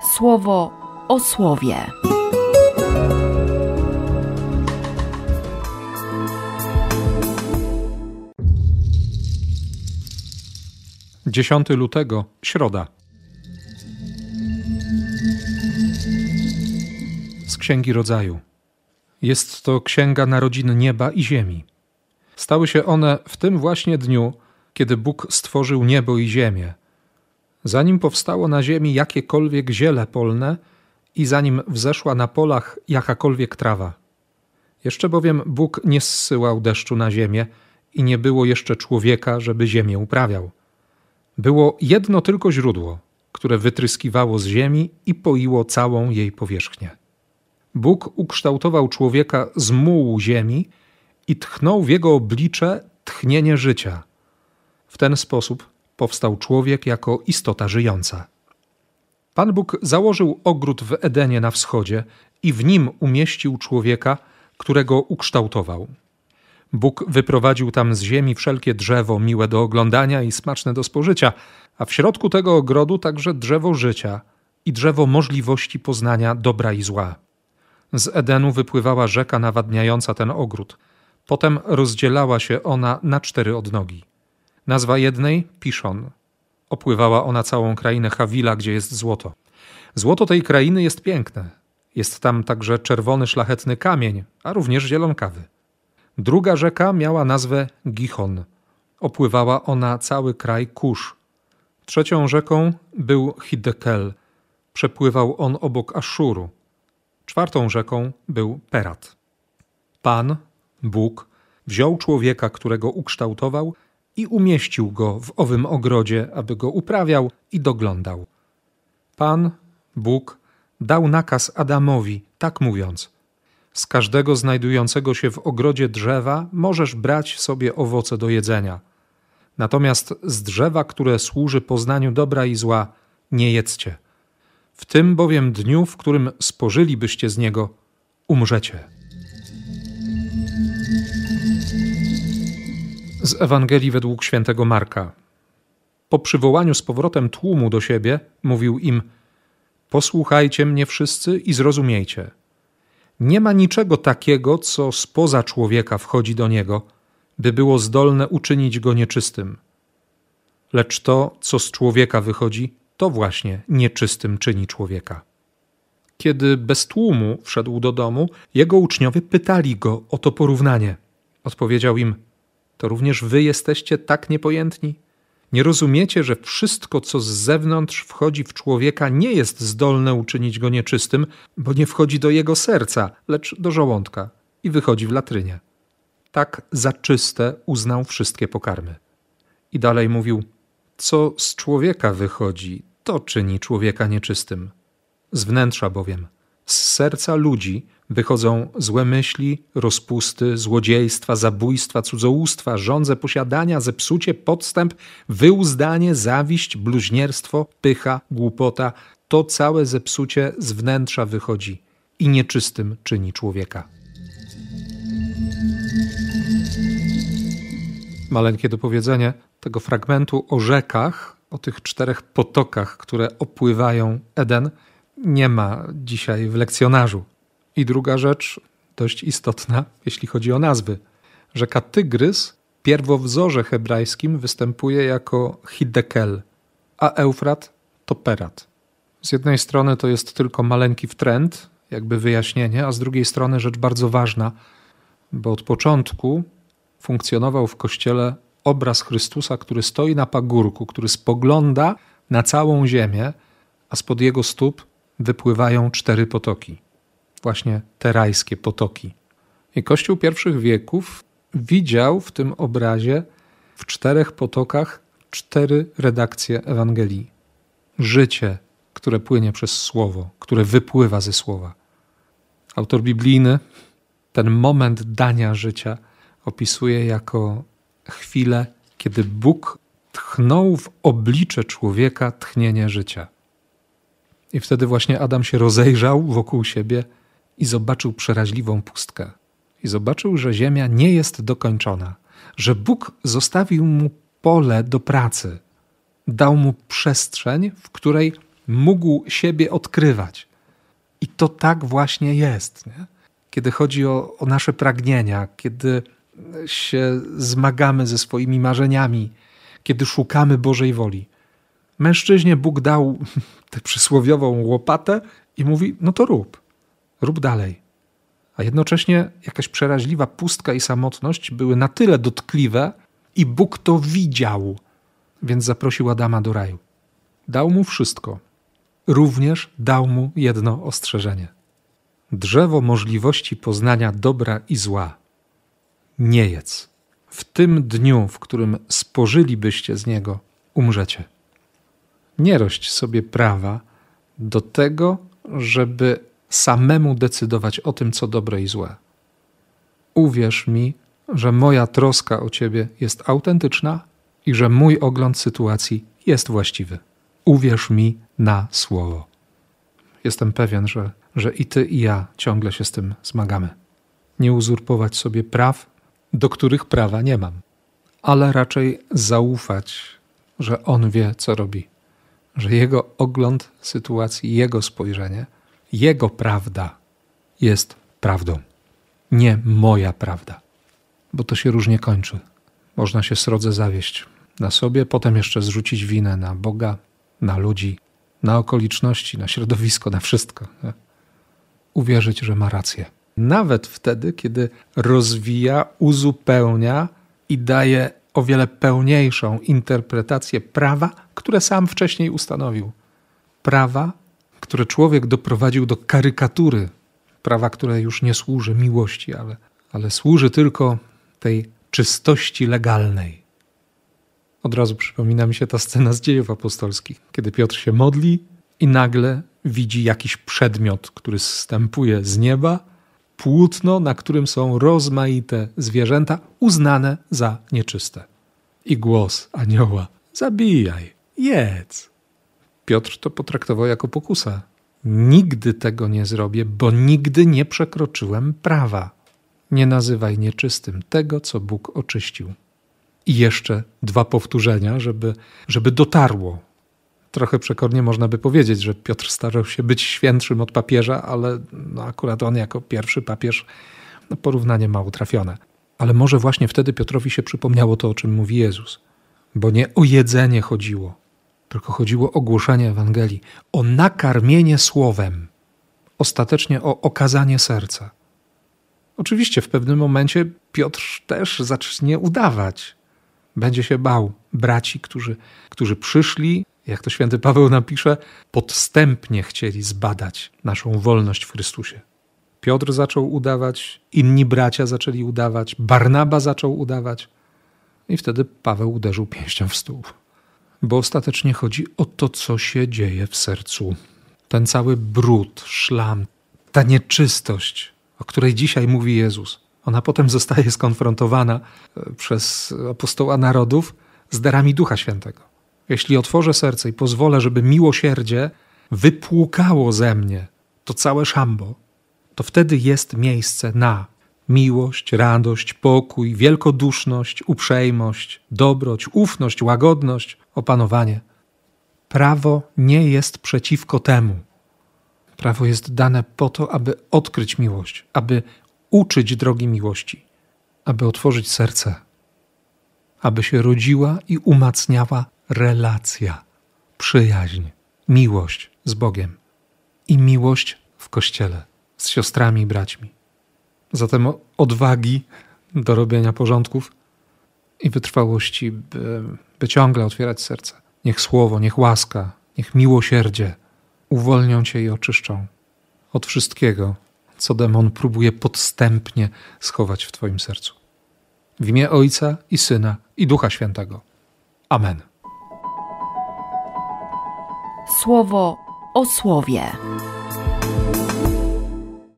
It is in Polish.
Słowo o słowie. Dziesiąty lutego, środa. Z Księgi Rodzaju. Jest to księga narodzin nieba i ziemi. Stały się one w tym właśnie dniu, kiedy Bóg stworzył niebo i ziemię. Zanim powstało na ziemi jakiekolwiek ziele polne i zanim wzeszła na polach jakakolwiek trawa. Jeszcze bowiem Bóg nie zsyłał deszczu na ziemię i nie było jeszcze człowieka, żeby ziemię uprawiał. Było jedno tylko źródło, które wytryskiwało z ziemi i poiło całą jej powierzchnię. Bóg ukształtował człowieka z mułu ziemi i tchnął w jego oblicze tchnienie życia. W ten sposób powstał człowiek jako istota żyjąca. Pan Bóg założył ogród w Edenie na wschodzie i w nim umieścił człowieka, którego ukształtował. Bóg wyprowadził tam z ziemi wszelkie drzewo miłe do oglądania i smaczne do spożycia, a w środku tego ogrodu także drzewo życia i drzewo możliwości poznania dobra i zła. Z Edenu wypływała rzeka nawadniająca ten ogród. Potem rozdzielała się ona na 4 odnogi. Nazwa jednej Piszon. Opływała ona całą krainę Hawila, gdzie jest złoto. Złoto tej krainy jest piękne. Jest tam także czerwony szlachetny kamień, a również zielonkawy. Druga rzeka miała nazwę Gichon. Opływała ona cały kraj Kusz. Trzecią rzeką był Hiddekel. Przepływał on obok Aszuru. 4. rzeką był Perat. Pan, Bóg, wziął człowieka, którego ukształtował i umieścił go w owym ogrodzie, aby go uprawiał i doglądał. Pan, Bóg, dał nakaz Adamowi, tak mówiąc: z każdego znajdującego się w ogrodzie drzewa możesz brać sobie owoce do jedzenia. Natomiast z drzewa, które służy poznaniu dobra i zła, nie jedzcie. W tym bowiem dniu, w którym spożylibyście z niego, umrzecie. Z Ewangelii według świętego Marka. Po przywołaniu z powrotem tłumu do siebie mówił im: posłuchajcie mnie wszyscy i zrozumiejcie. Nie ma niczego takiego, co spoza człowieka wchodzi do niego, by było zdolne uczynić go nieczystym. Lecz to, co z człowieka wychodzi, to właśnie nieczystym czyni człowieka. Kiedy bez tłumu wszedł do domu, jego uczniowie pytali go o to porównanie. Odpowiedział im: to również wy jesteście tak niepojętni? Nie rozumiecie, że wszystko, co z zewnątrz wchodzi w człowieka, nie jest zdolne uczynić go nieczystym, bo nie wchodzi do jego serca, lecz do żołądka i wychodzi w latrynie. Tak za czyste uznał wszystkie pokarmy. I dalej mówił: co z człowieka wychodzi, to czyni człowieka nieczystym. Z wnętrza bowiem, z serca ludzi wychodzą złe myśli, rozpusty, złodziejstwa, zabójstwa, cudzołóstwa, żądze posiadania, zepsucie, podstęp, wyuzdanie, zawiść, bluźnierstwo, pycha, głupota. To całe zepsucie z wnętrza wychodzi i nieczystym czyni człowieka. Maleńkie dopowiedzenie tego fragmentu o rzekach, o tych 4 potokach, które opływają Eden, nie ma dzisiaj w lekcjonarzu. I druga rzecz, dość istotna, jeśli chodzi o nazwy. Rzeka Tygrys w pierwowzorze hebrajskim występuje jako Hiddekel, a Eufrat to Perat. Z jednej strony to jest tylko maleńki wtręt, jakby wyjaśnienie, a z drugiej strony rzecz bardzo ważna, bo od początku funkcjonował w Kościele obraz Chrystusa, który stoi na pagórku, który spogląda na całą ziemię, a spod jego stóp wypływają 4 potoki. Właśnie te rajskie potoki. I Kościół pierwszych wieków widział w tym obrazie w 4 potokach 4 redakcje Ewangelii. Życie, które płynie przez Słowo, które wypływa ze Słowa. Autor biblijny ten moment dania życia opisuje jako chwilę, kiedy Bóg tchnął w oblicze człowieka tchnienie życia. I wtedy właśnie Adam się rozejrzał wokół siebie i zobaczył przeraźliwą pustkę. I zobaczył, że ziemia nie jest dokończona, że Bóg zostawił mu pole do pracy. Dał mu przestrzeń, w której mógł siebie odkrywać. I to tak właśnie jest, nie? Kiedy chodzi o nasze pragnienia, kiedy się zmagamy ze swoimi marzeniami, kiedy szukamy Bożej woli. Mężczyźnie Bóg dał tę przysłowiową łopatę i mówi, no to rób dalej. A jednocześnie jakaś przeraźliwa pustka i samotność były na tyle dotkliwe i Bóg to widział, więc zaprosił Adama do raju. Dał mu wszystko. Również dał mu jedno ostrzeżenie. Drzewo możliwości poznania dobra i zła nie jedz. W tym dniu, w którym spożylibyście z niego, umrzecie. Nie rość sobie prawa do tego, żeby samemu decydować o tym, co dobre i złe. Uwierz mi, że moja troska o ciebie jest autentyczna i że mój ogląd sytuacji jest właściwy. Uwierz mi na słowo. Jestem pewien, że i ty, i ja ciągle się z tym zmagamy. Nie uzurpować sobie praw, do których prawa nie mam, ale raczej zaufać, że On wie, co robi, że Jego ogląd sytuacji, Jego spojrzenie, Jego prawda jest prawdą, nie moja prawda, bo to się różnie kończy. Można się srodze zawieść na sobie, potem jeszcze zrzucić winę na Boga, na ludzi, na okoliczności, na środowisko, na wszystko. Nie? Uwierzyć, że ma rację. Nawet wtedy, kiedy rozwija, uzupełnia i daje o wiele pełniejszą interpretację prawa, które sam wcześniej ustanowił. Prawa, które człowiek doprowadził do karykatury. Prawa, które już nie służy miłości, ale służy tylko tej czystości legalnej. Od razu przypomina mi się ta scena z Dziejów Apostolskich, kiedy Piotr się modli i nagle widzi jakiś przedmiot, który zstępuje z nieba, płótno, na którym są rozmaite zwierzęta uznane za nieczyste. I głos anioła: zabijaj, jedz. Piotr to potraktował jako pokusę. Nigdy tego nie zrobię, bo nigdy nie przekroczyłem prawa. Nie nazywaj nieczystym tego, co Bóg oczyścił. I jeszcze 2 powtórzenia, żeby dotarło. Trochę przekornie można by powiedzieć, że Piotr starał się być świętszym od papieża, ale akurat on jako pierwszy papież, porównanie mało trafione. Ale może właśnie wtedy Piotrowi się przypomniało to, o czym mówi Jezus. Bo nie o jedzenie chodziło, tylko chodziło o głoszenie Ewangelii, o nakarmienie słowem, ostatecznie o okazanie serca. Oczywiście w pewnym momencie Piotr też zacznie udawać. Będzie się bał braci, którzy przyszli, jak to święty Paweł napisze, podstępnie chcieli zbadać naszą wolność w Chrystusie. Piotr zaczął udawać, inni bracia zaczęli udawać, Barnaba zaczął udawać i wtedy Paweł uderzył pięścią w stół. Bo ostatecznie chodzi o to, co się dzieje w sercu. Ten cały brud, szlam, ta nieczystość, o której dzisiaj mówi Jezus, ona potem zostaje skonfrontowana przez apostoła narodów z darami Ducha Świętego. Jeśli otworzę serce i pozwolę, żeby miłosierdzie wypłukało ze mnie to całe szambo, to wtedy jest miejsce na miłość, radość, pokój, wielkoduszność, uprzejmość, dobroć, ufność, łagodność, opanowanie. Prawo nie jest przeciwko temu. Prawo jest dane po to, aby odkryć miłość, aby uczyć drogi miłości, aby otworzyć serce, aby się rodziła i umacniała relacja, przyjaźń, miłość z Bogiem i miłość w Kościele, z siostrami i braćmi. Zatem odwagi do robienia porządków i wytrwałości, by ciągle otwierać serce. Niech słowo, niech łaska, niech miłosierdzie uwolnią cię i oczyszczą od wszystkiego, co demon próbuje podstępnie schować w twoim sercu. W imię Ojca i Syna i Ducha Świętego. Amen. Słowo o słowie.